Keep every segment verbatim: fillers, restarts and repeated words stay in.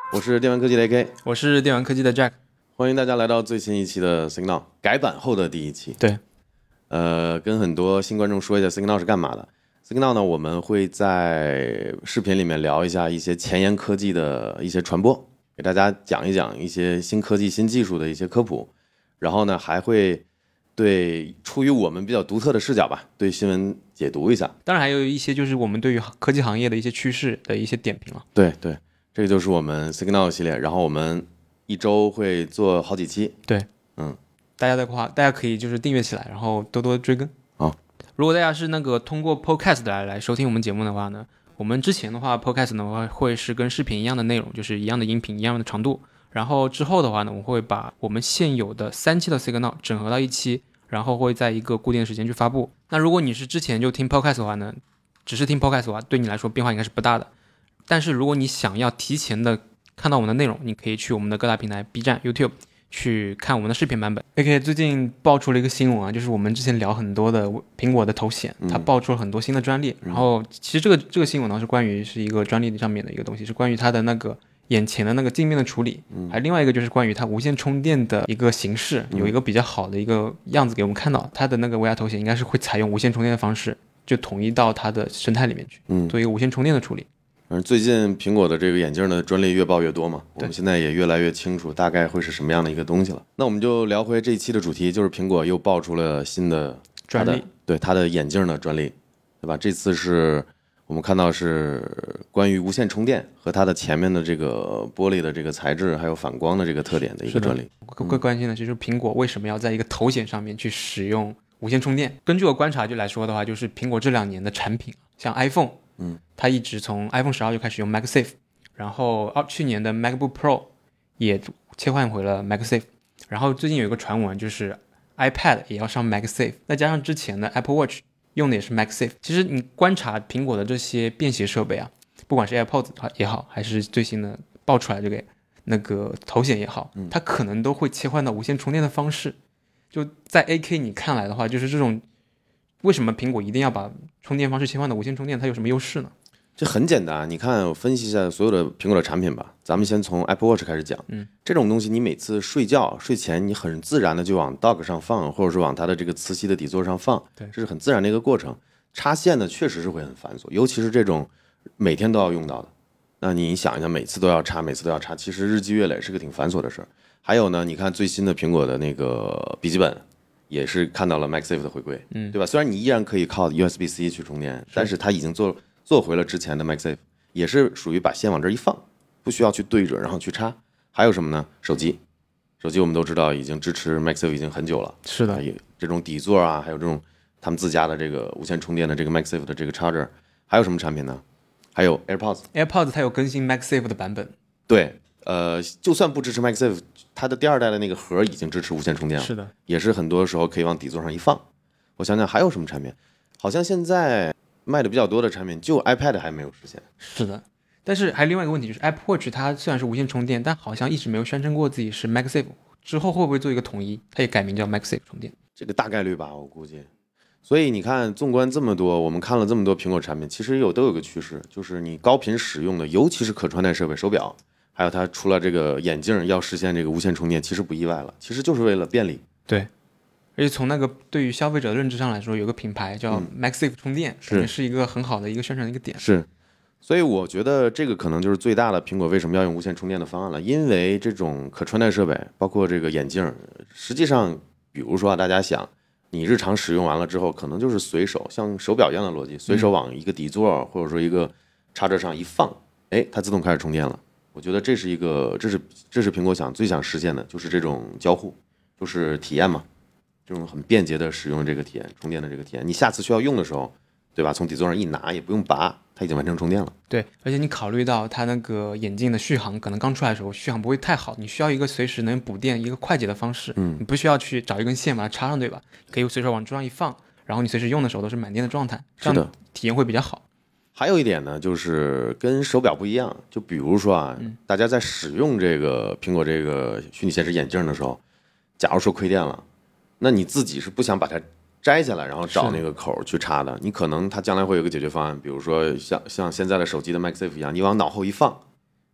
我是电玩科技的 A K， 我是电玩科技的 Jack， 欢迎大家来到最新一期的 Signal 改版后的第一期。 对， 呃，跟很多新观众说一下 Signal 是干嘛的。Signal 呢，我们会在视频里面聊一下一些前沿科技的一些传播，给大家讲一讲一些新科技、新技术的一些科普，然后呢，还会对出于我们比较独特的视角吧，对新闻解读一下。 当然还有一些就是我们对于科技行业的一些趋势的一些点评了。 对对，这个就是我们 Signal 系列，然后我们一周会做好几期。 对， 嗯， 大家的话，大家可以就是订阅起来，然后多多追更。 好， 如果大家是那个通过 Podcast 来来收听我们节目的话呢，我们之前的话 Podcast 的话会是跟视频一样的内容，就是一样的音频，一样的长度。然后之后的话呢，我会把我们现有的三期的 Signal 整合到一期，然后会在一个固定的时间去发布。那如果你是之前就听 Podcast 的话呢，只是听 Podcast 的话，对你来说变化应该是不大的。但是如果你想要提前的看到我们的内容，你可以去我们的各大平台 B 站、YouTube 去看我们的视频版本。A K 最近爆出了一个新闻啊，就是我们之前聊很多的苹果的头显，它爆出了很多新的专利。嗯、然后其实这个这个新闻呢是关于是一个专利上面的一个东西，是关于它的那个眼前的那个镜面的处理，嗯、还有另外一个就是关于它无线充电的一个形式，有一个比较好的一个样子给我们看到，它的那个 V R 头显应该是会采用无线充电的方式，就统一到它的生态里面去，嗯、做一个无线充电的处理。 嗯，最近苹果的这个眼镜的专利越爆越多嘛，我们现在也越来越清楚大概会是什么样的一个东西了。那我们就聊回这一期的主题，就是苹果又爆出了新的专利， 对它的眼镜的专利，对吧？这次是我们看到是关于无线充电和它的前面的这个玻璃的这个材质还有反光的这个特点的一个专利。 更关心的就是苹果为什么要在一个头显上面去使用无线充电。根据我观察就来说的话，就是苹果这两年的产品，像 iPhone。嗯，它一直从 iPhone 十二就开始用 MagSafe， 然后去年的 MacBook Pro 也切换回了 MagSafe， 然后最近有一个传闻就是 iPad 也要上 MagSafe， 再加上之前的 Apple Watch 用的也是 MagSafe。其实你观察苹果的这些便携设备啊，不管是 AirPods 也好，还是最新的爆出来这个那个头显也好，它可能都会切换到无线充电的方式。就在 A K 你看来的话，就是这种。为什么苹果一定要把充电方式切换到无线充电？它有什么优势呢？ 这很简单，你看我分析一下所有的苹果的产品吧。咱们先从 Apple Watch 开始讲。嗯，这种东西你每次睡觉睡前你很自然的就往 dock 上放，或者是往它的这个磁吸的底座上放，对，这是很自然的一个过程。插线呢确实是会很繁琐，尤其是这种每天都要用到的。那你想一下，每次都要插，每次都要插，其实日积月累是个挺繁琐的事儿。还有呢，你看最新的苹果的那个笔记本。也是看到了 MagSafe 的回归，嗯，对吧？虽然你依然可以靠 U S B C 去充电，但是它已经做做回了之前的 MagSafe， 也是属于把线往这一放，不需要去对准然后去插。还有什么呢？手机，手机我们都知道已经支持 MagSafe 已经很久了， 是的， 这种底座啊，还有这种他们自家的这个无线充电的这个 MagSafe 的这个 charger， 还有什么产品呢？还有 AirPods，AirPods 它有更新 MagSafe 的版本， 对。呃，就算不支持 MagSafe， 它的第二代的那个盒已经支持无线充电了， 是的， 也是很多时候可以往底座上一放。我想想还有什么产品，好像现在卖的比较多的产品，就 iPad 还没有实现。 是的，但是还有另外一个问题，就是 Apple Watch 它虽然是无线充电，但好像一直没有宣称过自己是 MagSafe， 之后会不会做一个统一，它也改名叫 MagSafe 充电？ 这个大概率吧，我估计。所以你看，纵观这么多，我们看了这么多苹果产品，其实有都有个趋势，就是你高频使用的，尤其是可穿戴设备，手表。还有它出了这个眼镜要实现这个无线充电，其实不意外了，其实就是为了便利。 对，而且从那个对于消费者的认知上来说，有个品牌叫 MagSafe 充电，是是一个很好的一个宣传的一个点。 是，所以我觉得这个可能就是最大的苹果为什么要用无线充电的方案了，因为这种可穿戴设备，包括这个眼镜，实际上，比如说啊，大家想，你日常使用完了之后，可能就是随手像手表一样的逻辑，随手往一个底座、嗯、或者说一个插座上一放，哎，它自动开始充电了。我觉得这是一个，这是这是苹果想最想实现的，就是这种交互，就是体验嘛，这种很便捷的使用这个体验，充电的这个体验。你下次需要用的时候，对吧？从底座上一拿，也不用拔，它已经完成充电了。 对，而且你考虑到它那个眼镜的续航，可能刚出来的时候续航不会太好，你需要一个随时能补电、一个快捷的方式。嗯，你不需要去找一根线把它插上，对吧？可以随手往桌上一放，然后你随时用的时候都是满电的状态，这样体验会比较好。 还有一点呢，就是跟手表不一样，就比如说啊，嗯、大家在使用这个苹果这个虚拟现实眼镜的时候，假如说亏电了，那你自己是不想把它摘下来，然后找那个口去插的，你可能它将来会有个解决方案，比如说像像现在的手机的 MagSafe 一样，你往脑后一放，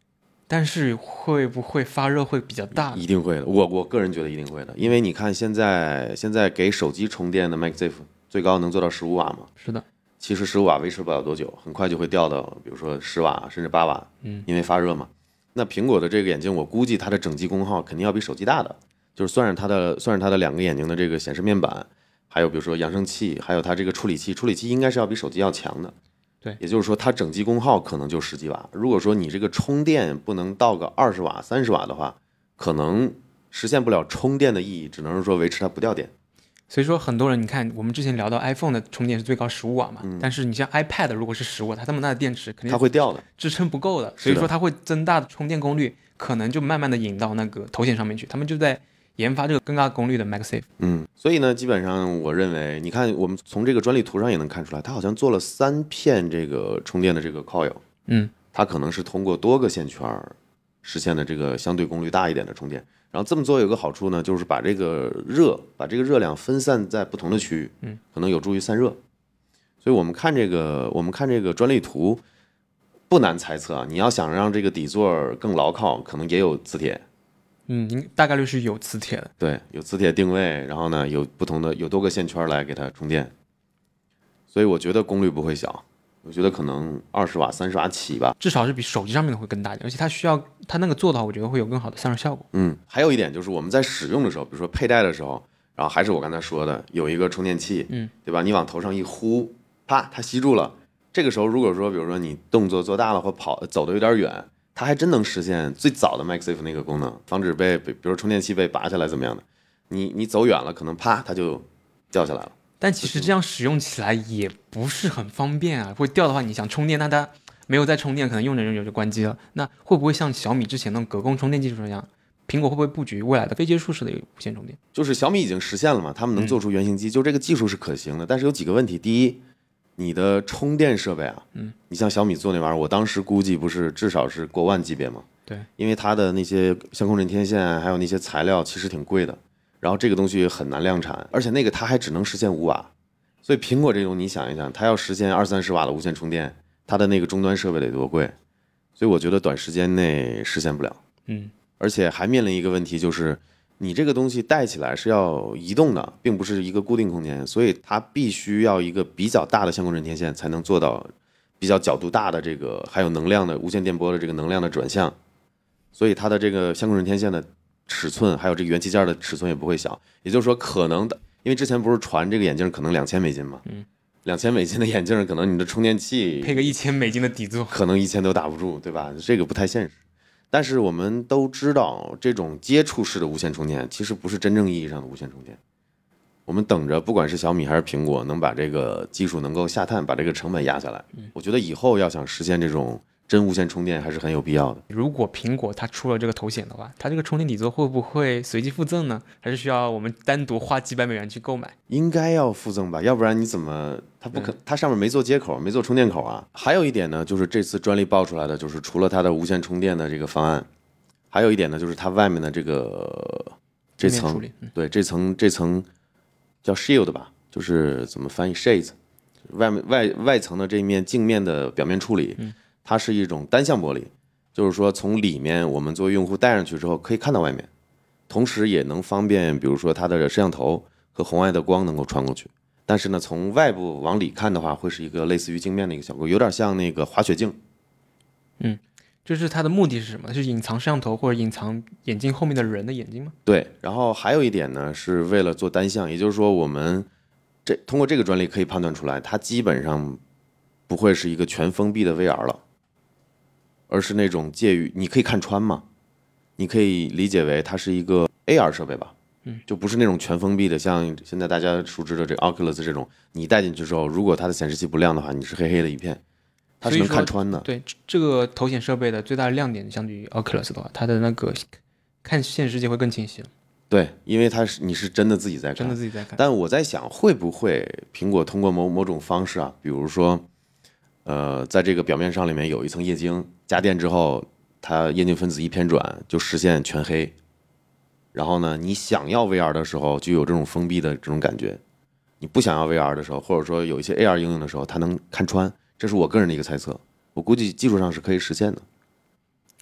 但是会不会发热会比较大？ 一定会的，我我个人觉得一定会的，因为你看现在现在给手机充电的 MagSafe 最高能做到十五瓦嘛？ 是的。 其实十五瓦维持不了多久，很快就会掉到比如说十瓦甚至八瓦，嗯，因为发热嘛。那苹果的这个眼镜，我估计它的整机功耗肯定要比手机大的，就是算上它的算上它的两个眼睛的这个显示面板，还有比如说扬声器，还有它这个处理器，处理器应该是要比手机要强的。 对， 也就是说它整机功耗可能就十几瓦。如果说你这个充电不能到个二十瓦、三十瓦的话，可能实现不了充电的意义，只能是说维持它不掉电。 所以说很多人，你看我们之前聊到 iPhone 的充电是最高十五瓦嘛，嗯、但是你像 iPad 如果是十五瓦，它这么大的电池肯定它会掉的， 支撑不够的，所以说它会增大充电功率，可能就慢慢的引到那个头显上面去，他们就在研发这个更大功率的 MagSafe。 嗯，所以呢，基本上我认为，你看我们从这个专利图上也能看出来，它好像做了三片这个充电的这个 coil， 嗯， 它可能是通过多个线圈实现的这个相对功率大一点的充电。然后这么做有个好处呢，就是把这个热把这个热量分散在不同的区域， 嗯， 可能有助于散热。所以我们看这个我们看这个专利图，不难猜测啊，你要想让这个底座更牢靠，可能也有磁铁。 嗯，大概率是有磁铁的。 对，有磁铁定位，然后呢，有不同的有多个线圈来给它充电。所以我觉得功率不会小。我觉得可能二十瓦、三十瓦起吧， 至少是比手机上面的会更大一点，而且它需要它那个做到，我觉得会有更好的散热效果。 嗯，还有一点就是我们在使用的时候，比如说佩戴的时候，然后还是我刚才说的，有一个充电器， 嗯， 对吧？你往头上一呼，啪，它吸住了。这个时候如果说，比如说你动作做大了或跑走得有点远，它还真能实现最早的 MagSafe 那个功能，防止被比如说充电器被拔下来怎么样的。你你走远了，可能啪它就掉下来了。 但其实这样使用起来也不是很方便啊，会掉的话，你想充电，那它没有再充电，可能用着用着就关机了。那会不会像小米之前那种隔空充电技术一样，苹果会不会布局未来的非接触式的无线充电？ 就是小米已经实现了嘛，他们能做出原型机，嗯、就这个技术是可行的。但是有几个问题，第一，你的充电设备啊， 嗯， 你像小米做那玩意儿，我当时估计不是至少是过万级别吗？ 对， 因为它的那些相控阵天线还有那些材料其实挺贵的。然后这个东西很难量产，而且那个它还只能实现五瓦，所以苹果这种你想一想，它要实现二三十瓦的无线充电，它的那个终端设备得多贵，所以我觉得短时间内实现不了。 嗯， 而且还面临一个问题，就是你这个东西带起来是要移动的，并不是一个固定空间，所以它必须要一个比较大的相控阵天线才能做到比较角度大的这个还有能量的无线电波的这个能量的转向，所以它的这个相控阵天线的尺寸还有这个元器件的尺寸也不会小，也就是说可能的，因为之前不是传这个眼镜可能两千美金嘛， 嗯， 两千美金的眼镜可能你的充电器配个一千美金的底座， 可能一千都打不住，对吧？这个不太现实。但是我们都知道，这种接触式的无线充电其实不是真正意义上的无线充电。我们等着，不管是小米还是苹果，能把这个技术能够下探，把这个成本压下来。 嗯， 我觉得以后要想实现这种真无线充电还是很有必要的。 如果苹果它出了这个头显的话，它这个充电底座会不会随机附赠呢？还是需要我们单独花几百美元去购买？ 应该要附赠吧，要不然你怎么它不可？它上面没做接口，没做充电口啊。还有一点呢，就是这次专利爆出来的，就是除了它的无线充电的这个方案，还有一点呢，就是它外面的这个这层， 嗯、 对这层这层叫 shield 吧，就是怎么翻译 shades， 外面外外层的这面镜面的表面处理。 嗯， 它是一种单向玻璃，就是说从里面我们作为用户戴上去之后可以看到外面，同时也能方便比如说它的摄像头和红外的光能够穿过去。但是呢，从外部往里看的话，会是一个类似于镜面的一个效果，有点像那个滑雪镜。 嗯，就是它的目的是什么？是隐藏摄像头或者隐藏眼镜后面的人的眼睛吗？ 对，然后还有一点呢，是为了做单向，也就是说我们这通过这个专利可以判断出来，它基本上不会是一个全封闭的 V R 了，而是那种介于你可以看穿嘛，你可以理解为它是一个 A R 设备吧， 嗯， 就不是那种全封闭的，像现在大家熟知的这个 Oculus 这种，你戴进去之后，如果它的显示器不亮的话，你是黑黑的一片，它是能看穿的。 对，这个头显设备的最大的亮点，相对于 Oculus 的话，它的那个看现实世界会更清晰了。 对，因为它是你是真的自己在看， 真的自己在看。 但我在想，会不会苹果通过某某种方式啊，比如说。呃，在这个表面上里面有一层液晶，加电之后，它液晶分子一偏转就实现全黑。然后呢，你想要 V R 的时候就有这种封闭的这种感觉，你不想要 V R 的时候，或者说有一些 A R 应用的时候，它能看穿。这是我个人的一个猜测，我估计技术上是可以实现的。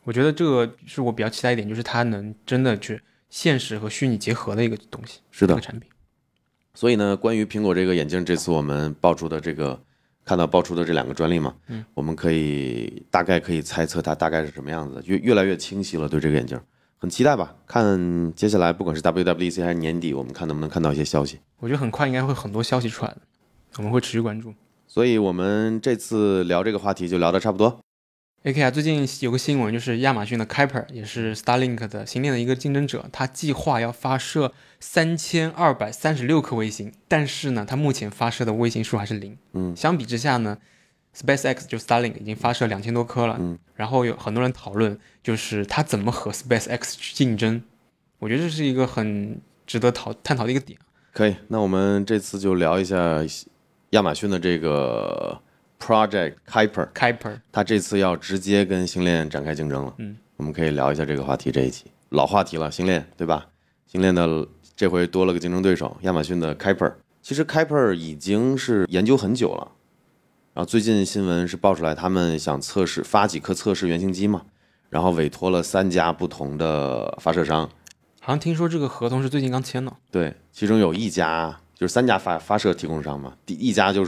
我觉得这个是我比较期待一点，就是它能真的去现实和虚拟结合的一个东西， 是的， 一个产品。 所以呢，关于苹果这个眼镜，这次我们爆出的这个看到爆出的这两个专利嘛，嗯，我们可以大概可以猜测它大概是什么样子，越越来越清晰了。对这个眼镜，很期待吧？看接下来不管是 W W D C 还是年底，我们看能不能看到一些消息。 我觉得很快应该会很多消息出来的，我们会持续关注。 所以我们这次聊这个话题就聊得差不多。 A K 啊，最近有个新闻，就是亚马逊的 Kuiper 也是 Starlink 的星链的一个竞争者，他计划要发射三千二百三十六颗卫星，但是呢，他目前发射的卫星数还是零。嗯，相比之下呢 ，SpaceX 就 Starlink 已经发射两千多颗了。嗯，然后有很多人讨论，就是他怎么和 SpaceX 去竞争。我觉得这是一个很值得讨探讨的一个点。 可以，那我们这次就聊一下亚马逊的这个。Project Kuiper， Kuiper， 他这次要直接跟星链展开竞争了。嗯，我们可以聊一下这个话题。这一期老话题了，星链对吧？星链的这回多了个竞争对手，亚马逊的 Kuiper。其实 Kuiper 已经是研究很久了，然后最近新闻是爆出来，他们想测试发几颗测试原型机嘛，然后委托了三家不同的发射商。 好像听说这个合同是最近刚签的。 对，其中有一家。就是三家发发射提供商嘛，第一家就是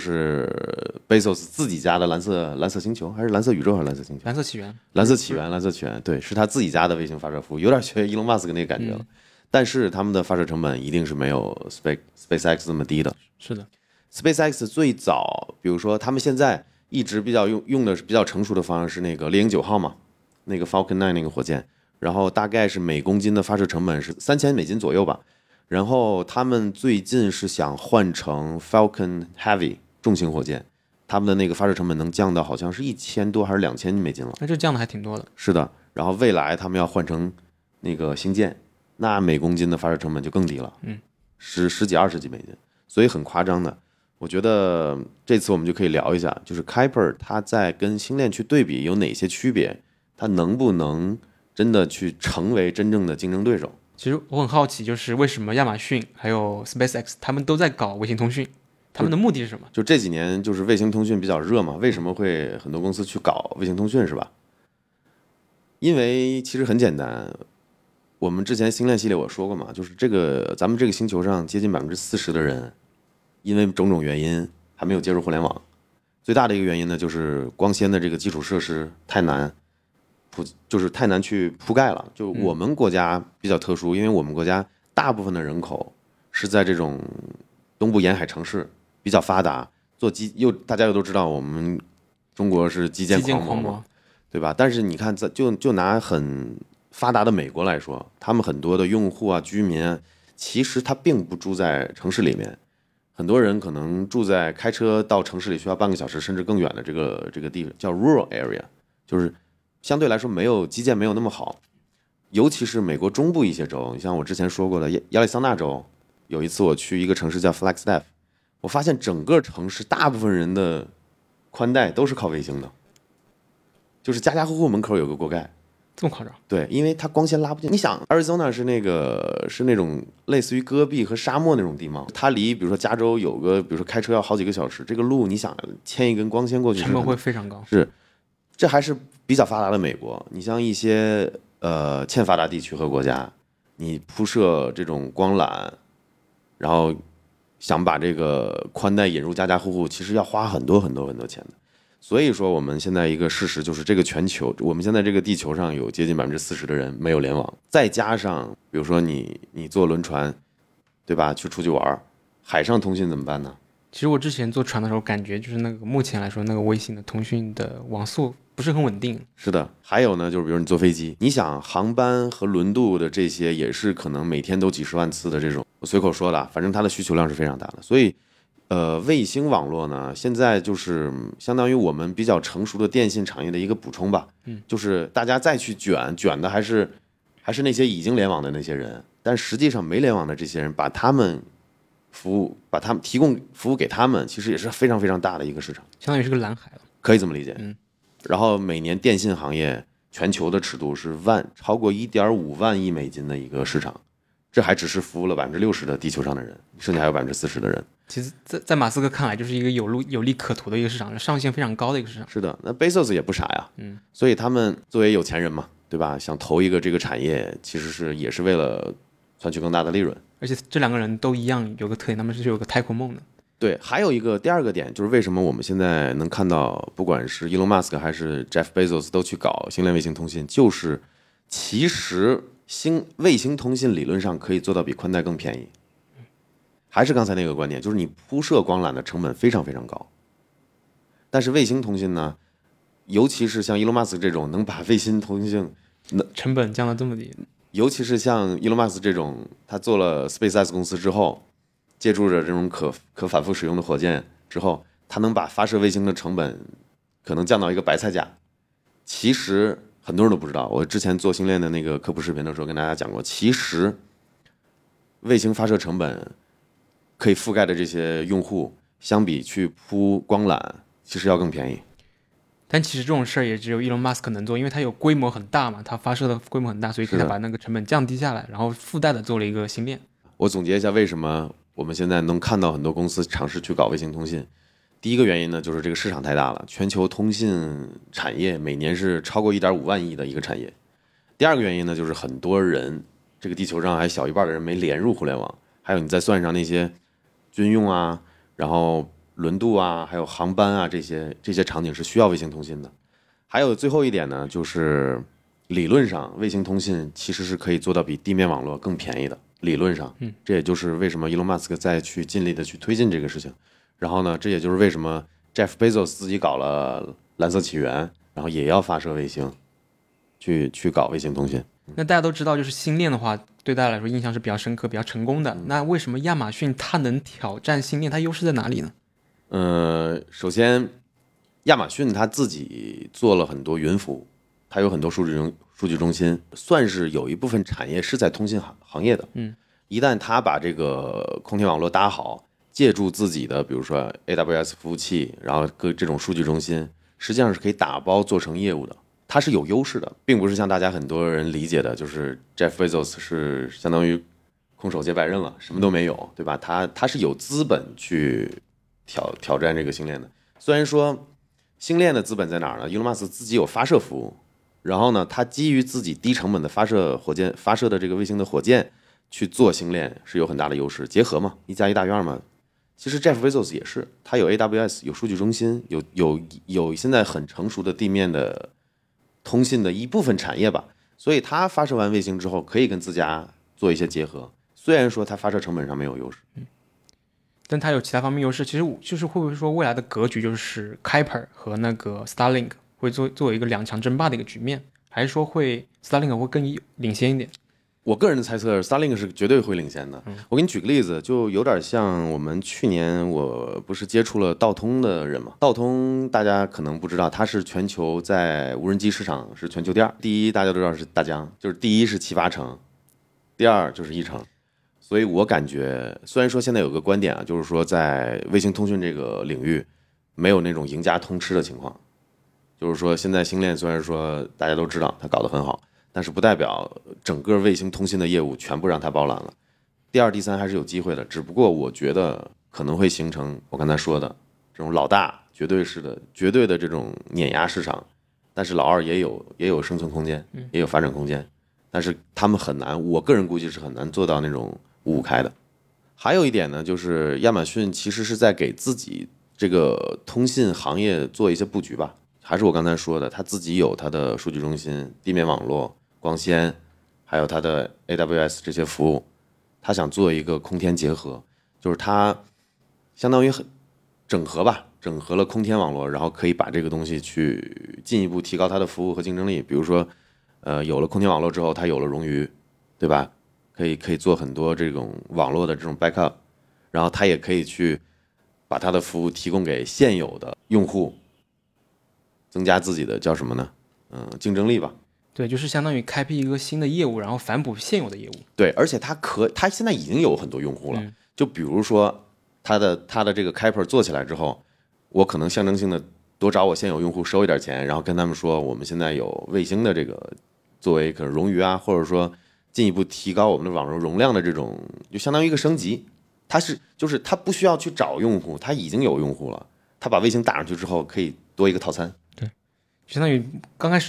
Bezos 自己家的蓝色蓝色星球，还是蓝色宇宙还是蓝色星球？ 蓝色起源， 蓝色起源，蓝色起源，对，是他自己家的卫星发射服务，有点学 Elon Musk 那个感觉了。嗯、但是他们的发射成本一定是没有 Space SpaceX 那么低的。 是的 ，SpaceX 最早，比如说他们现在一直比较用用的比较成熟的方式是那个猎鹰九号嘛，那个 Falcon 九那个火箭，然后大概是每公斤的发射成本是三千美金左右吧。然后他们最近是想换成 Falcon Heavy 重型火箭，他们的那个发射成本能降到好像是一千多还是两千美金了。 那这降的还挺多的。 是的，然后未来他们要换成那个星舰，那每公斤的发射成本就更低了，嗯，十十几二十几美金，所以很夸张的。我觉得这次我们就可以聊一下，就是 Kuiper 它在跟星链去对比有哪些区别，它能不能真的去成为真正的竞争对手？ 其实我很好奇，就是为什么亚马逊还有 SpaceX 他们都在搞卫星通讯，他们的目的是什么？ 就这几年就是卫星通讯比较热嘛，为什么会很多公司去搞卫星通讯是吧？因为其实很简单，我们之前星链系列我说过嘛，就是这个咱们这个星球上接近百分之四十的人，因为种种原因还没有接入互联网。最大的一个原因呢，就是光纤的这个基础设施太难。就是太难去铺盖了。就我们国家比较特殊，因为我们国家大部分的人口是在这种东部沿海城市比较发达，做基又大家又都知道我们中国是基建狂魔嘛，对吧？但是你看，就就拿很发达的美国来说，他们很多的用户啊、居民啊，其实他并不住在城市里面，很多人可能住在开车到城市里需要半个小时甚至更远的这个这个地方，叫 rural area， 就是相对来说没有基建没有那么好。尤其是美国中部一些州，你像我之前说过的亚利桑那州，有一次我去一个城市叫 Flagstaff， 我发现整个城市大部分人的宽带都是靠卫星的，就是家家户户门口有个锅盖。 这么夸张？ 对，因为它光纤拉不进。你想 Arizona 是那个是那种类似于戈壁和沙漠那种地貌，它离比如说加州有个比如说开车要好几个小时，这个路你想牵一根光纤过去成本会非常高。 是，这还是比较发达的美国。你像一些呃欠发达地区和国家，你铺设这种光缆，然后想把这个宽带引入家家户户，其实要花很多很多很多钱的。所以说我们现在一个事实就是，这个全球我们现在这个地球上有接近百分之四十的人没有联网，再加上比如说你你坐轮船，对吧，去出去玩，海上通讯怎么办呢？ 其实我之前坐船的时候，感觉就是那个目前来说，那个卫星的通讯的网速不是很稳定。 是的，还有呢，就是比如你坐飞机，你想航班和轮渡的这些也是可能每天都几十万次的这种，我随口说的，反正它的需求量是非常大的。所以呃，卫星网络呢，现在就是相当于我们比较成熟的电信产业的一个补充吧。嗯，就是大家再去卷卷的还是还是那些已经联网的那些人，但实际上没联网的这些人，把他们服务，把他们提供服务给他们，其实也是非常非常大的一个市场， 相当于是个蓝海了， 可以这么理解。 嗯， 然后每年电信行业全球的尺度是万超过一点五万亿美金的一个市场，这还只是服务了百分之六十的地球上的人，剩下还有百分之四十的人。 其实在，在马斯克看来，就是一个有路有利可图的一个市场，上限非常高的一个市场。 是的，那 Bezos 也不傻呀，嗯，所以他们作为有钱人嘛， 对吧？想投一个这个产业，其实是也是为了赚取更大的利润。 而且这两个人都一样有个特点，他们是有个太空梦的。 对，还有一个第二个点就是为什么我们现在能看到，不管是 Elon Musk 还是 Jeff Bezos 都去搞星链卫星通信，就是其实星卫星通信理论上可以做到比宽带更便宜。还是刚才那个观点，就是你铺设光缆的成本非常非常高，但是卫星通信呢，尤其是像 Elon Musk 这种能把卫星通信成本降到这么低， 尤其是像 Elon Musk 这种，他做了 SpaceX 公司之后，借助着这种可可反复使用的火箭之后，他能把发射卫星的成本可能降到一个白菜价。其实很多人都不知道，我之前做星链的那个科普视频的时候跟大家讲过，其实卫星发射成本可以覆盖的这些用户，相比去铺光缆，其实要更便宜。 但其实这种事儿也只有 Elon Musk 能做，因为他有规模很大嘛，他发射的规模很大，所以可以把那个成本降低下来，然后附带的做了一个星链。 我总结一下，为什么我们现在能看到很多公司尝试去搞卫星通信？第一个原因呢，就是这个市场太大了，全球通信产业每年是超过一点五万亿的一个产业。第二个原因呢，就是很多人，这个地球上还小一半的人没连入互联网，还有你再算上那些军用啊，然后轮渡啊，还有航班啊，这些这些场景是需要卫星通信的。还有最后一点呢，就是理论上卫星通信其实是可以做到比地面网络更便宜的。理论上， 嗯， 这也就是为什么 Elon Musk 再去尽力的去推进这个事情。然后呢，这也就是为什么 Jeff Bezos 自己搞了蓝色起源，然后也要发射卫星，去去搞卫星通信。 那大家都知道，就是星链的话，对大家来说印象是比较深刻、比较成功的。嗯、那为什么亚马逊它能挑战星链？它优势在哪里呢？ 呃，首先，亚马逊它自己做了很多云服务，它有很多数据中数据中心，算是有一部分产业是在通信行行业的。 嗯， 一旦它把这个空天网络搭好，借助自己的比如说 A W S 服务器，然后各这种数据中心，实际上是可以打包做成业务的。它是有优势的，并不是像大家很多人理解的，就是 Jeff Bezos 是相当于空手接白刃了，什么都没有，对吧？他他是有资本去挑挑战这个星链的。虽然说星链的资本在哪儿呢？ Elon Musk 自己有发射服务，然后呢，他基于自己低成本的发射火箭发射的这个卫星的火箭去做星链是有很大的优势，结合嘛，一加一大于二嘛。其实 Jeff Bezos 也是，他有 A W S， 有数据中心，有有有现在很成熟的地面的通信的一部分产业吧，所以他发射完卫星之后，可以跟自家做一些结合。虽然说它发射成本上没有优势， 嗯，但它有其他方面优势。其实就是会不会说未来的格局就是 Kuiper 和那个 Starlink 会做作为一个两强争霸的一个局面，还是说会 Starlink 会更领先一点？ 我个人的猜测 ，Starlink 是绝对会领先的。嗯、我给你举个例子，就有点像我们去年我不是接触了道通的人嘛？道通大家可能不知道，它是全球在无人机市场是全球第二，第一大家都知道是大疆，就是第一是七八成，第二就是一成。所以我感觉，虽然说现在有个观点啊，就是说在卫星通讯这个领域，没有那种赢家通吃的情况，就是说现在星链虽然说大家都知道它搞得很好。但是不代表整个卫星通信的业务全部让它包揽了，第二、第三还是有机会的，只不过我觉得可能会形成我刚才说的这种老大绝对是的、绝对的这种碾压市场，但是老二也有也有生存空间，也有发展空间，但是他们很难，我个人估计是很难做到那种五五开的。还有一点呢，就是亚马逊其实是在给自己这个通信行业做一些布局吧，还是我刚才说的，他自己有他的数据中心、地面网络。光纤，还有它的 A W S 这些服务，他想做一个空天结合，就是它相当于很整合吧，整合了空天网络，然后可以把这个东西去进一步提高它的服务和竞争力。比如说，呃，有了空天网络之后，它有了冗余，对吧？可以可以做很多这种网络的这种 backup， 然后它也可以去把它的服务提供给现有的用户，增加自己的叫什么呢？嗯、呃，竞争力吧。 对，就是相当于开辟一个新的业务，然后反哺现有的业务。 对，而且它可，它现在已经有很多用户了。嗯、就比如说，它的它的这个 Kuiper 做起来之后，我可能象征性的多找我现有用户收一点钱，然后跟他们说，我们现在有卫星的这个作为可能冗余啊，或者说进一步提高我们的网络容量的这种，就相当于一个升级。它是就是它不需要去找用户，它已经有用户了，它把卫星打上去之后，可以多一个套餐。 对，相当于刚开始。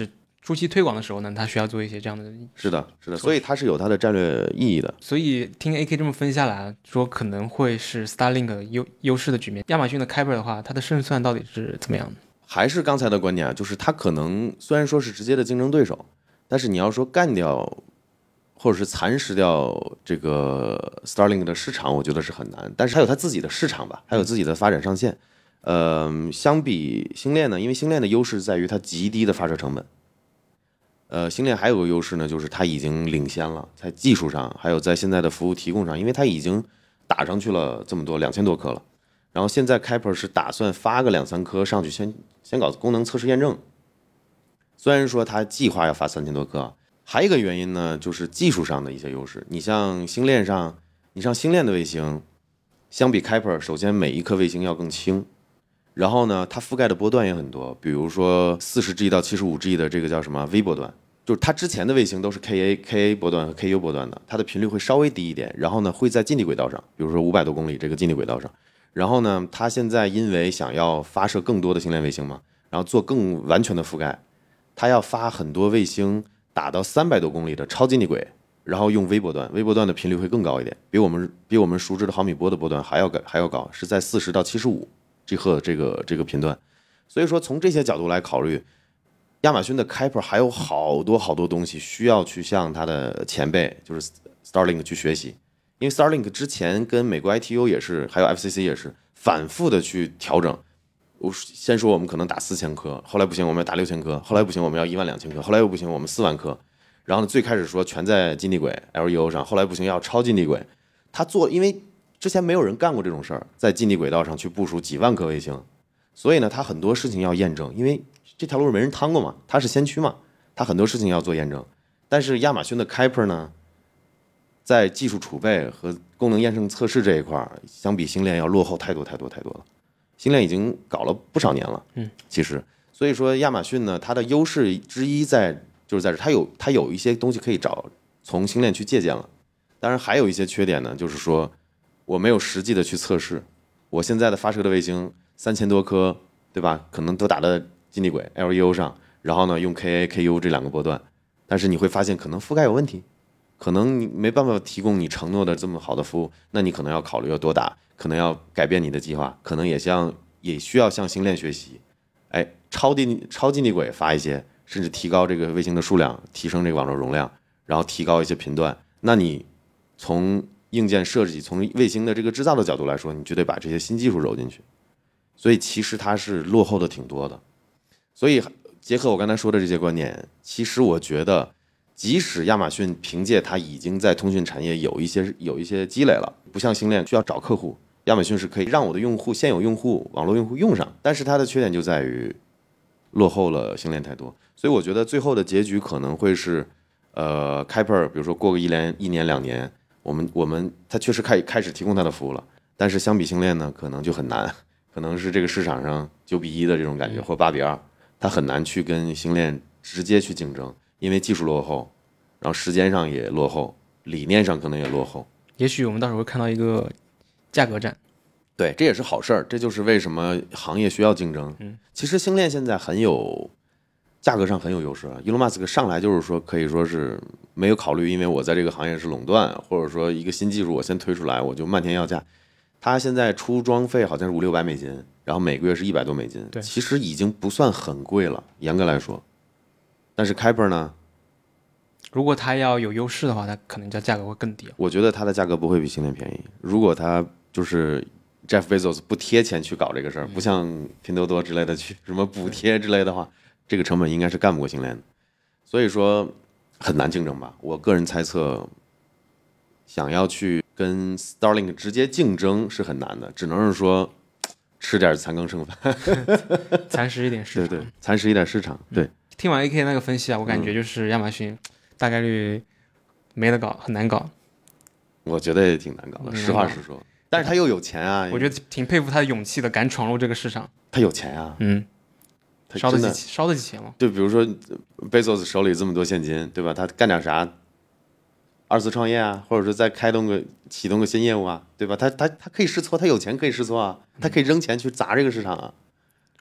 初期推广的时候呢，它需要做一些这样的。 是的，是的，所以它是有它的战略意义的。 所以听 A K 这么分析下来，说可能会是 Starlink 优优势的局面。亚马逊的 Kuiper 的话，它的胜算到底是怎么样的？ 还是刚才的观点啊，就是它可能虽然说是直接的竞争对手，但是你要说干掉或者是蚕食掉这个 Starlink 的市场，我觉得是很难。但是它有它自己的市场吧，还有自己的发展上限。呃，相比星链呢，因为星链的优势在于它极低的发射成本。呃，星链还有个优势呢，就是它已经领先了，在技术上，还有在现在的服务提供上，因为它已经打上去了这么多两千多颗了。然后现在 Kuiper 是打算发个两三颗上去先，先搞功能测试验证。虽然说它计划要发三千多颗，还有一个原因呢，就是技术上的一些优势。你像星链上，你像星链的卫星，相比 Kuiper， 首先每一颗卫星要更轻。然后呢，它覆盖的波段也很多，比如说四十 G 到七十五 G 的这个叫什么 V 波段，就是它之前的卫星都是 K A K A 波段和 K U 波段的，它的频率会稍微低一点。然后呢，会在近地轨道上，比如说五百多公里这个近地轨道上。然后呢，它现在因为想要发射更多的星链卫星嘛，然后做更完全的覆盖，它要发很多卫星打到三百多公里的超近地轨，然后用微波段，微波段的频率会更高一点，比我们比我们熟知的毫米波的波段还要还要高，是在四十到七十五 G 赫这个这个频段。所以说从这些角度来考虑，亚马逊的 Kuiper 还有好多好多东西需要去向它的前辈就是 Starlink 去学习。因为 Starlink 之前跟美国 I T U 也是，还有 F C C 也是反复的去调整。我先说我们可能打四千颗，后来不行我们要打六千颗，后来不行我们要一万两千颗，后来又不行我们四万颗。然后呢，最开始说全在近地轨 L E O 上，后来不行要超近地轨。他做，因为之前没有人干过这种事儿，在近地轨道上去部署几万颗卫星，所以呢，他很多事情要验证，因为这条路没人趟过嘛，他是先驱嘛，他很多事情要做验证。但是亚马逊的 Kuiper 呢？在技术储备和功能验证测试这一块，相比星链要落后太多太多太多了。星链已经搞了不少年了，嗯，其实，所以说亚马逊呢，它的优势之一在就是在这，它有它有一些东西可以找从星链去借鉴了。当然还有一些缺点呢，就是说我没有实际的去测试，我现在的发射的卫星三千多颗，对吧？可能都打到近地轨 L E O 上，然后呢用 K A K U 这两个波段，但是你会发现可能覆盖有问题。可能你没办法提供你承诺的这么好的服务，那你可能要考虑要多打，可能要改变你的计划，可能也像也需要向星链学习，哎，超近超近地轨发一些，甚至提高这个卫星的数量，提升这个网络容量，然后提高一些频段。那你从硬件设计，从卫星的这个制造的角度来说，你就得把这些新技术揉进去。所以其实它是落后的挺多的。所以结合我刚才说的这些观点，其实我觉得。即使亚马逊凭借它已经在通讯产业有一些有一些积累了，不像星链需要找客户，亚马逊是可以让我的用户现有用户网络用户用上，但是它的缺点就在于落后了星链太多，所以我觉得最后的结局可能会是，呃 ，Kuiper 比如说过个一年一年两年，我们我们它确实开开始提供它的服务了，但是相比星链呢，可能就很难，可能是这个市场上九比一的这种感觉，或八比二，它很难去跟星链直接去竞争。因为技术落后，然后时间上也落后，理念上可能也落后。 也许我们到时候会看到一个价格战。 对，这也是好事儿，这就是为什么行业需要竞争。嗯，其实星链现在很有价格上很有优势啊。伊隆马斯克上来就是说，可以说是没有考虑，因为我在这个行业是垄断，或者说一个新技术我先推出来，我就漫天要价。他现在出装费好像是五六百美金，然后每个月是一百多美金， 对， 其实已经不算很贵了，严格来说。但是 Kuiper 呢？ 如果它要有优势的话，它可能叫价格会更低。 我觉得它的价格不会比星链便宜。如果它就是 Jeff Bezos 不贴钱去搞这个事儿，不像拼多多之类的去什么补贴之类的话，这个成本应该是干不过星链的。所以说很难竞争吧？我个人猜测，想要去跟 Starlink 直接竞争是很难的，只能是说吃点残羹剩饭， 蚕食一点市场。 对对，蚕食一点市场，对。 听完 A K 那个分析啊，我感觉就是亚马逊大概率没得搞，很难搞。 我觉得也挺难搞的，实话实说。但是他又有钱啊， 我觉得挺佩服他的勇气的，敢闯入这个市场。 他有钱啊， 嗯，烧得起烧得起钱吗？ 对，比如说 Bezos 手里这么多现金，对吧？他干点啥？二次创业啊，或者说再开动个启动个新业务啊，对吧？他他他可以试错，他有钱可以试错啊，他可以扔钱去砸这个市场啊。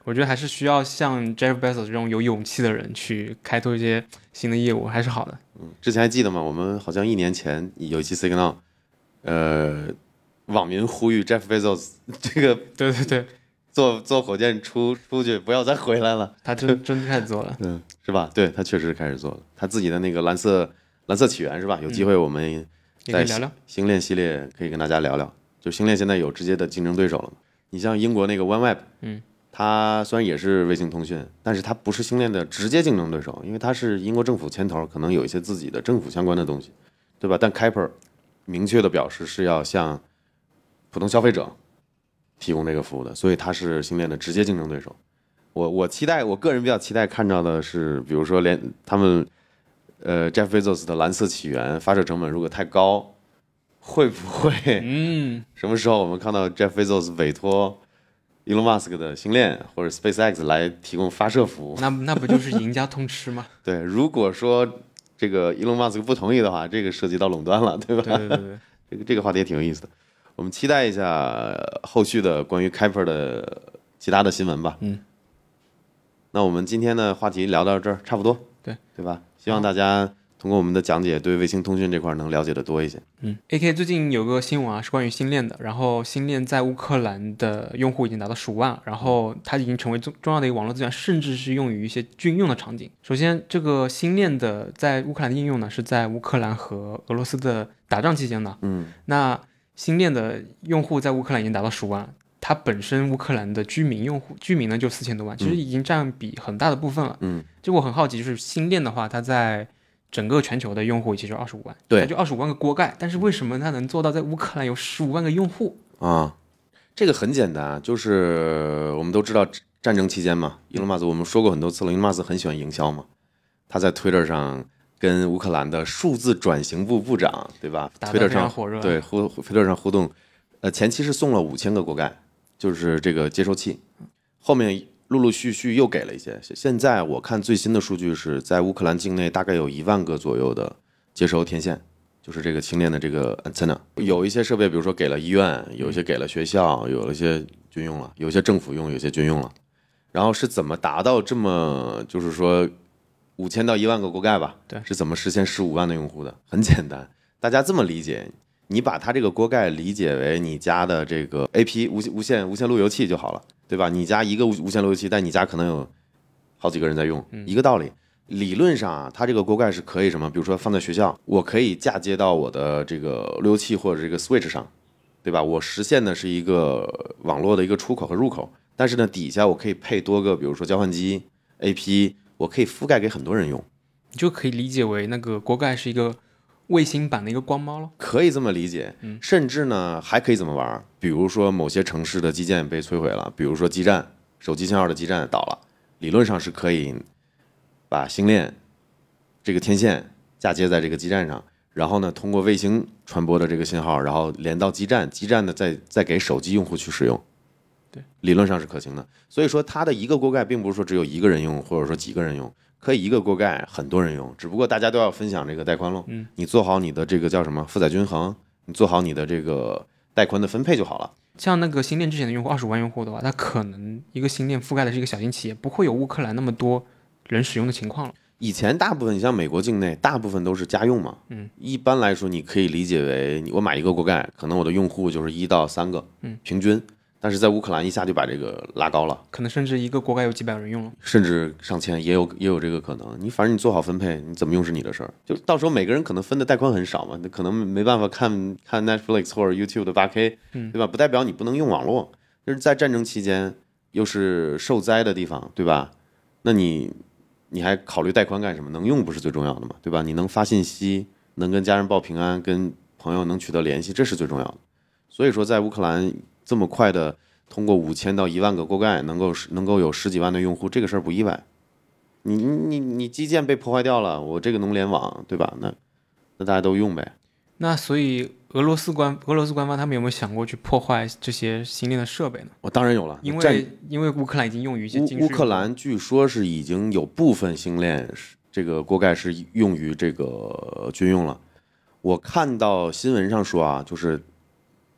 我觉得还是需要像 Jeff Bezos 这种有勇气的人去开拓一些新的业务，还是好的。 嗯，之前还记得吗？我们好像一年前有一期 Signal， 呃，网民呼吁 Jeff Bezos 这个对对对， 坐坐火箭出出去，不要再回来了。 他真真开始做了， 嗯，是吧？对，他确实开始做了，他自己的那个蓝色蓝色起源是吧？有机会我们在也可以聊聊。 星链系列可以跟大家聊聊。就星链现在有直接的竞争对手了嘛？你像英国那个 OneWeb， 嗯， 它虽然也是卫星通讯，但是它不是星链的直接竞争对手，因为它是英国政府牵头，可能有一些自己的政府相关的东西，对吧？但 Kuiper 明确的表示是要向普通消费者提供这个服务的，所以它是星链的直接竞争对手。我我期待，我个人比较期待看到的是，比如说连他们呃 Jeff Bezos 的蓝色起源发射成本如果太高，会不会嗯， 什么时候我们看到 Jeff Bezos 委托 Elon Musk 的星链或者 SpaceX 来提供发射服务？ 那那不就是赢家通吃吗？ 对，如果说这个 Elon Musk 不同意的话，这个涉及到垄断了，对吧？ 对对对对， 这个这个话题也挺有意思的，我们期待一下后续的关于 Kuiper 的其他的新闻吧。 嗯， 那我们今天的话题聊到这儿差不多， 对对吧？希望大家通过我们的讲解，对卫星通讯这块能了解的多一些。 嗯 ，A K 最近有个新闻啊，是关于星链的。然后星链在乌克兰的用户已经达到十五万了，然后它已经成为重重要的一个网络资源，甚至是用于一些军用的场景。首先，这个星链的在乌克兰的应用呢，是在乌克兰和俄罗斯的打仗期间呢。 嗯， 那星链的用户在乌克兰已经达到十五万了，它本身乌克兰的居民用户居民呢就四千多万，其实已经占比很大的部分了。 嗯， 就我很好奇，就是星链的话，它在整个全球的用户其实就二十五万， 对它就二十五万个锅盖，但是为什么它能做到在乌克兰有十五万个用户？ 啊，这个很简单，就是我们都知道战争期间嘛，伊隆马斯我们说过很多次了，伊隆马斯很喜欢营销嘛，他在 Twitter 上跟乌克兰的数字转型部部长，对吧？Twitter 打得非常上火热。 对互 Twitter 上互动，呃，前期是送了五千个锅盖，就是这个接收器，后面陆陆续续又给了一些。现在我看最新的数据是在乌克兰境内大概有一万个左右的接收天线，就是这个星链的这个 antenna。有一些设备，比如说给了医院，有一些给了学校，有一些军用了，有些政府用，有些军用了。然后是怎么达到这么，就是说五千到一万个锅盖吧？ 对， 是怎么实现十五万的用户的？很简单，大家这么理解。你把它这个锅盖理解为你家的这个 A P 无无线无线路由器就好了，对吧？你家一个无无线路由器，但你家可能有好几个人在用，一个道理。理论上啊，它这个锅盖是可以什么？比如说放在学校，我可以嫁接到我的这个路由器或者这个 switch 上，对吧？我实现的是一个网络的一个出口和入口，但是呢，底下我可以配多个，比如说交换机 A P， 我可以覆盖给很多人用， 你就可以理解为那个锅盖是一个卫星版的一个光猫咯。 可以这么理解。 嗯， 甚至呢还可以怎么玩？比如说某些城市的基建被摧毁了，比如说基站手机信号的基站倒了，理论上是可以把星链这个天线嫁接在这个基站上，然后呢通过卫星传播的这个信号，然后连到基站，基站呢再再给手机用户去使用。 对， 理论上是可行的。所以说它的一个锅盖并不是说只有一个人用，或者说几个人用，可以一个锅盖很多人用，只不过大家都要分享这个带宽喽。 嗯， 你做好你的这个叫什么负载均衡，你做好你的这个带宽的分配就好了。 像那个星链之前的用户二十五万用户的话，它可能一个星链覆盖的是一个小型企业，不会有乌克兰那么多人使用的情况了。 以前大部分你像美国境内，大部分都是家用嘛， 嗯， 一般来说你可以理解为我买一个锅盖，可能我的用户就是一到三个， 嗯， 平均。但是在乌克兰一下就把这个拉高了， 可能甚至一个锅盖有几百人用了， 甚至上千，也有也有这个可能。你反正你做好分配，你怎么用是你的事儿。就到时候每个人可能分的带宽很少嘛，可能没办法看看 Netflix 或者 YouTube 的 八 K， 嗯， 对吧？不代表你不能用网络。就是在战争期间，又是受灾的地方，对吧？那你你还考虑带宽干什么？能用不是最重要的嘛，对吧？你能发信息，能跟家人报平安，跟朋友能取得联系，这是最重要的。所以说，在乌克兰这么快的通过五千到一万个锅盖，能够能够有十几万的用户，这个事儿不意外。你你你基建被破坏掉了，我这个能联网，对吧？那那大家都用呗。 那所以俄罗斯官俄罗斯官方他们有没有想过去破坏这些星链的设备呢？ 我当然有了， 因为因为乌克兰已经用于一些军事乌乌克兰据说是已经有部分星链这个锅盖是用于这个军用了。我看到新闻上说啊，就是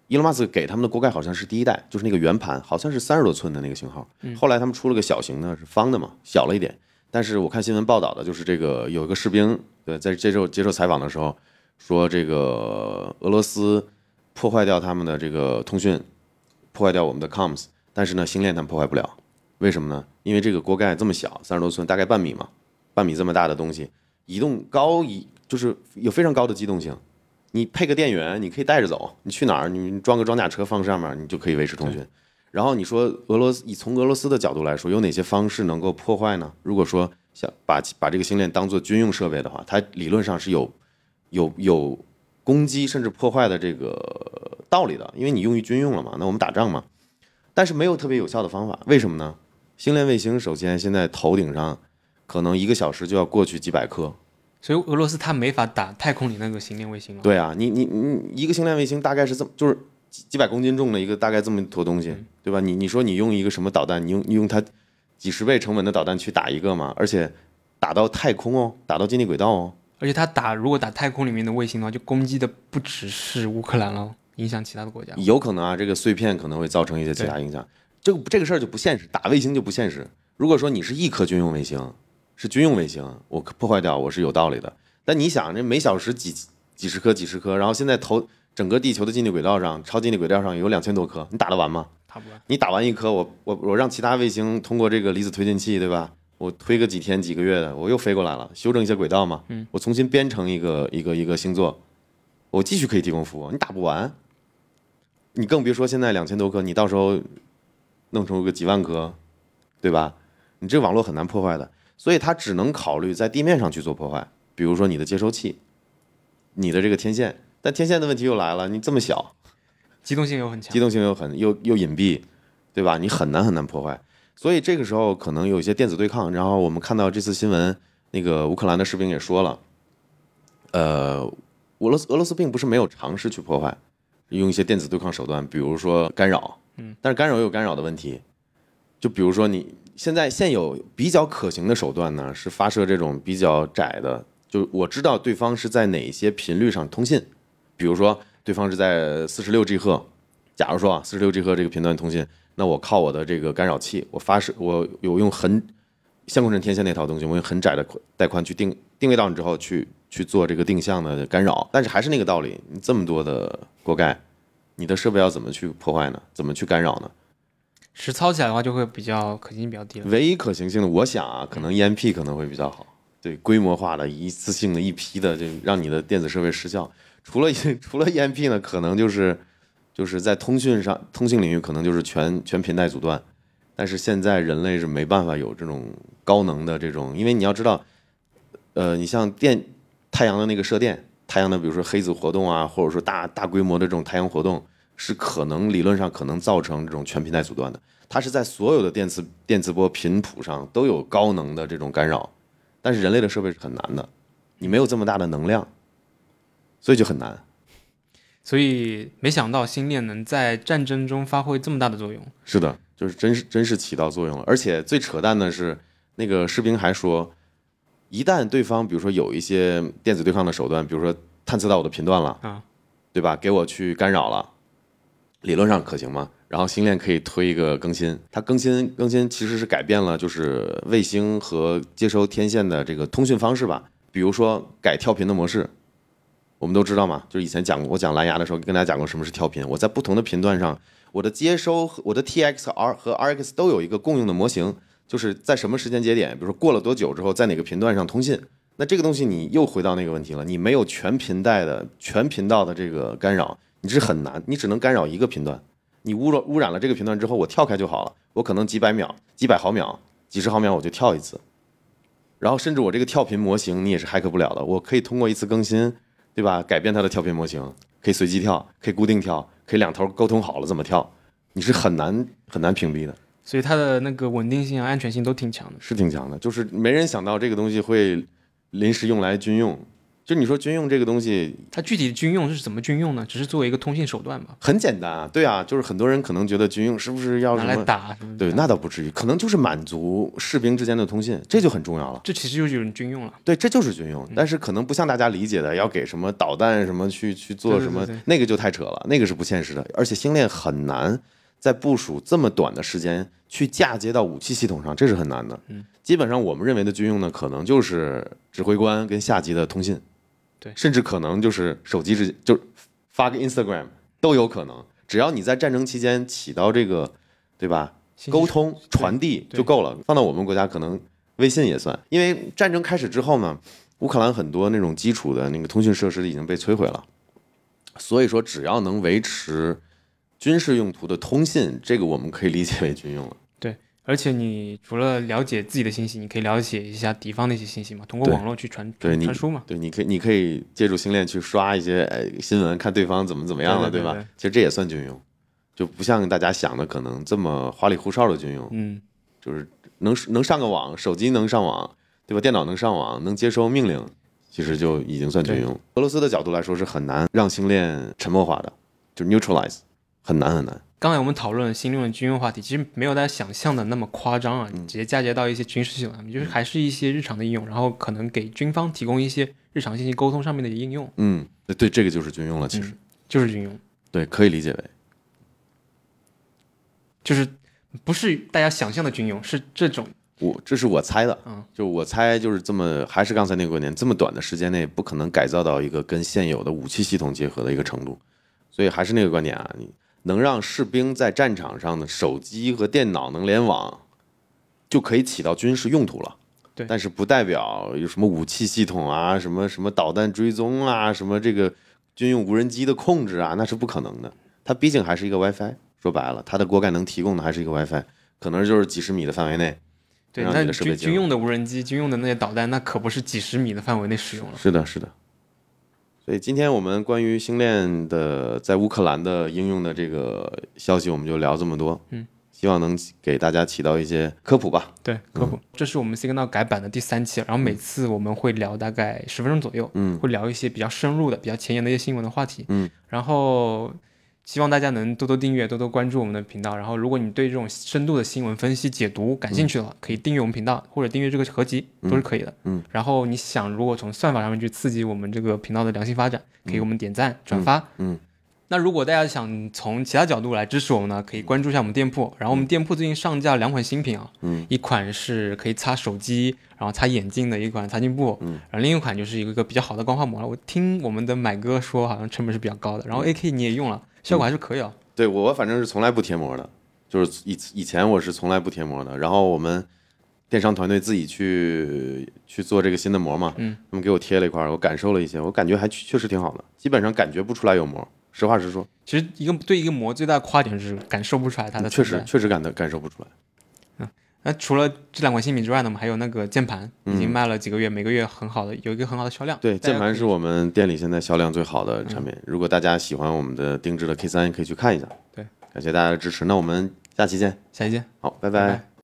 伊隆马斯克给他们的锅盖好像是第一代，就是那个圆盘，好像是三十多寸的那个型号。后来他们出了个小型的，是方的嘛，小了一点。但是我看新闻报道的就是这个有一个士兵，对，在接受接受采访的时候说，这个俄罗斯破坏掉他们的这个通讯，破坏掉我们的 comms， 但是呢，星链他们破坏不了。为什么呢？因为这个锅盖这么小，三十多寸，大概半米嘛，半米这么大的东西，移动高移就是有非常高的机动性。你配个电源，你可以带着走，你去哪儿，你装个装甲车放上面，你就可以维持通讯。然后你说俄罗斯，以从俄罗斯的角度来说，有哪些方式能够破坏呢？如果说想把把这个星链当做军用设备的话，它理论上是有有有攻击甚至破坏的这个道理的，因为你用于军用了嘛，那我们打仗嘛。但是没有特别有效的方法，为什么呢？星链卫星首先现在头顶上可能一个小时就要过去几百颗。 所以俄罗斯它没法打太空里那个星链卫星了。 对啊，你你你一个星链卫星大概是这么，就是几几百公斤重的一个大概这么一坨东西，对吧？你你说你用一个什么导弹，你用你用它几十倍成本的导弹去打一个嘛？而且打到太空哦，打到近地轨道哦。 而且它打如果打太空里面的卫星的话，就攻击的不只是乌克兰了，影响其他的国家。 有可能啊，这个碎片可能会造成一些其他影响。这个这个事儿就不现实，打卫星就不现实。如果说你是一颗军用卫星，是军用卫星，我破坏掉我是有道理的。但你想，这每小时几几十颗、几十颗，然后现在投整个地球的近地轨道上、超近地轨道上有两千多颗，你打得完吗？ 打不完。 你打完一颗，我我我让其他卫星通过这个离子推进器，对吧？我推个几天、几个月的，我又飞过来了，修正一些轨道嘛， 嗯， 我重新编程一个一个一个星座，我继续可以提供服务。你打不完，你更别说现在两千多颗，你到时候弄出个几万颗，对吧？你这个网络很难破坏的，所以它只能考虑在地面上去做破坏。比如说你的接收器，你的这个天线，但天线的问题又来了，你这么小， 机动性又很强， 机动性又很又又隐蔽，对吧？你很难很难破坏，所以这个时候可能有一些电子对抗。然后我们看到这次新闻，那个乌克兰的士兵也说了，呃，俄罗斯俄罗斯并不是没有尝试去破坏，用一些电子对抗手段，比如说干扰， 嗯， 但是干扰也有干扰的问题，就比如说你现在现有比较可行的手段呢，是发射这种比较窄的。就我知道对方是在哪些频率上通信，比如说对方是在四十六 G 赫，假如说啊四十六 G 赫这个频段通信，那我靠我的这个干扰器，我发射我有用很相控阵天线那套东西，我用很窄的带宽去定定位到你之后去去做这个定向的干扰，但是还是那个道理，你这么多的锅盖，你的设备要怎么去破坏呢？怎么去干扰呢？ 实操起来的话就会比较可行性比较低了。 唯一可行性的，我想啊，可能 E M P 可能会比较好。对，规模化的、一次性的一批的，就让你的电子设备失效。除了除了 E M P 呢，可能就是就是在通讯上、通信领域，可能就是全全频带阻断。但是现在人类是没办法有这种高能的这种，因为你要知道，呃，你像电太阳的那个射电，太阳的比如说黑子活动啊，或者说大大规模的这种太阳活动，是可能理论上可能造成这种全频带阻断的。它是在所有的电磁电磁波频谱上都有高能的这种干扰。但是人类的设备是很难的，你没有这么大的能量，所以就很难。 所以没想到星链能在战争中发挥这么大的作用。 是的，就是真是真是起到作用了。而且最扯淡的是，那个士兵还说，一旦对方比如说有一些电子对抗的手段，比如说探测到我的频段了， 啊， 对吧？给我去干扰了，理论上可行吗？然后星链可以推一个更新，它更新更新其实是改变了就是卫星和接收天线的这个通讯方式吧。比如说改跳频的模式，我们都知道嘛，就是以前讲我讲蓝牙的时候跟大家讲过什么是跳频。我在不同的频段上，我的接收我的 T X 和 R 和 R X 都有一个共用的模型，就是在什么时间节点，比如说过了多久之后，在哪个频段上通信。那这个东西你又回到那个问题了，你没有全频带的全频道的这个干扰，你是很难，你只能干扰一个频段。你污染污染了这个频段之后，我跳开就好了。我可能几百秒、几百毫秒、几十毫秒我就跳一次，然后甚至我这个跳频模型你也是 hack 不了的。我可以通过一次更新，对吧？改变它的跳频模型，可以随机跳，可以固定跳，可以两头沟通好了怎么跳，你是很难很难屏蔽的。 所以它的那个稳定性啊、安全性都挺强的。 是挺强的，就是没人想到这个东西会临时用来军用， 就你说军用这个东西， 它具体的军用是怎么军用呢？只是作为一个通信手段嘛。 很简单啊，对啊，就是很多人可能觉得军用是不是要什么拿来打什么？ 对，那倒不至于，可能就是满足士兵之间的通信，这就很重要了。 这其实就是有人军用了。 对，这就是军用，但是可能不像大家理解的，要给什么导弹什么去去做什么， 对对对对那个就太扯了，那个是不现实的。而且星链很难在部署这么短的时间去嫁接到武器系统上，这是很难的。 嗯， 基本上我们认为的军用呢，可能就是指挥官跟下级的通信。 对， 甚至可能就是手机之间就发个 Instagram 都有可能，只要你在战争期间起到这个，对吧？沟通传递就够了。放到我们国家，可能微信也算，因为战争开始之后呢，乌克兰很多那种基础的那个通讯设施已经被摧毁了，所以说只要能维持军事用途的通信，这个我们可以理解为军用了。 而且你除了了解自己的信息，你可以了解一下敌方的一些信息嘛，通过网络去传传输嘛。 对，你可以你可以借助星链去刷一些呃新闻，看对方怎么怎么样了， 对对对对吧？其实这也算军用，就不像大家想的可能这么花里胡哨的军用。 嗯， 就是能能上个网，手机能上网，对吧？电脑能上网，能接收命令，其实就已经算军用。俄罗斯的角度来说是很难让星链沉默化的，就是 neutralize， 很难很难。 刚才我们讨论星链的军用话题，其实没有大家想象的那么夸张啊，直接嫁接到一些军事系统上面，就是还是一些日常的应用，然后可能给军方提供一些日常信息沟通上面的应用。 嗯，对，这个就是军用了，其实、嗯、 就是军用， 对，可以理解为， 就是不是大家想象的军用，是这种。 我这是我猜的， 嗯， 就我猜就是这么，还是刚才那个观点，这么短的时间内不可能改造到一个跟现有的武器系统结合的一个程度，所以还是那个观点啊，你。能让士兵在战场上的手机和电脑能联网，就可以起到军事用途了。 对， 但是不代表有什么武器系统啊、什么什么导弹追踪啊、什么这个军用无人机的控制啊，那是不可能的。它毕竟还是一个 WiFi， 说白了，它的锅盖能提供的还是一个 WiFi， 可能就是几十米的范围内。 对，那军军用的无人机、军用的那些导弹，那可不是几十米的范围内使用了。 是的，是的。所以今天我们关于星链的在乌克兰的应用的这个消息，我们就聊这么多。 嗯， 希望能给大家起到一些科普吧。 对，科普。 嗯、 这是我们 Signal 改版的第三期，然后每次我们会聊大概十分钟左右， 嗯， 会聊一些比较深入的、比较前沿的一些新闻的话题。 嗯， 然后希望大家能多多订阅、多多关注我们的频道。然后，如果你对这种深度的新闻分析、解读感兴趣的话，嗯、可以订阅我们频道或者订阅这个合集，都是可以的。 嗯。 然后你想，如果从算法上面去刺激我们这个频道的良性发展，可以给我们点赞、嗯、转发。 嗯。嗯那如果大家想从其他角度来支持我们呢，可以关注一下我们店铺。然后我们店铺最近上架两款新品啊， 嗯， 一款是可以擦手机，然后擦眼镜的一款擦镜布， 嗯， 然后另一款就是一个比较好的光化膜了。我听我们的买哥说，好像成本是比较高的。然后 A K 你也用了，效果还是可以啊。 嗯、对我反正是从来不贴膜的，就是以以前我是从来不贴膜的。然后我们电商团队自己去去做这个新的膜嘛， 嗯， 他们给我贴了一块，我感受了一些，我感觉还确实挺好的，基本上感觉不出来有膜。实话实说， 其实一个对一个膜最大的夸点是感受不出来它的确实确实感的感受不出来。 嗯，那除了这两款新品之外呢，我们还有那个键盘，已经卖了几个月，嗯、每个月很好的有一个很好的销量。 对，键盘是我们店里现在销量最好的产品。嗯、如果大家喜欢我们的定制的 K 三，可以去看一下。 对， 感谢大家的支持，那我们下期见。 下期见， 好，拜拜。 拜拜。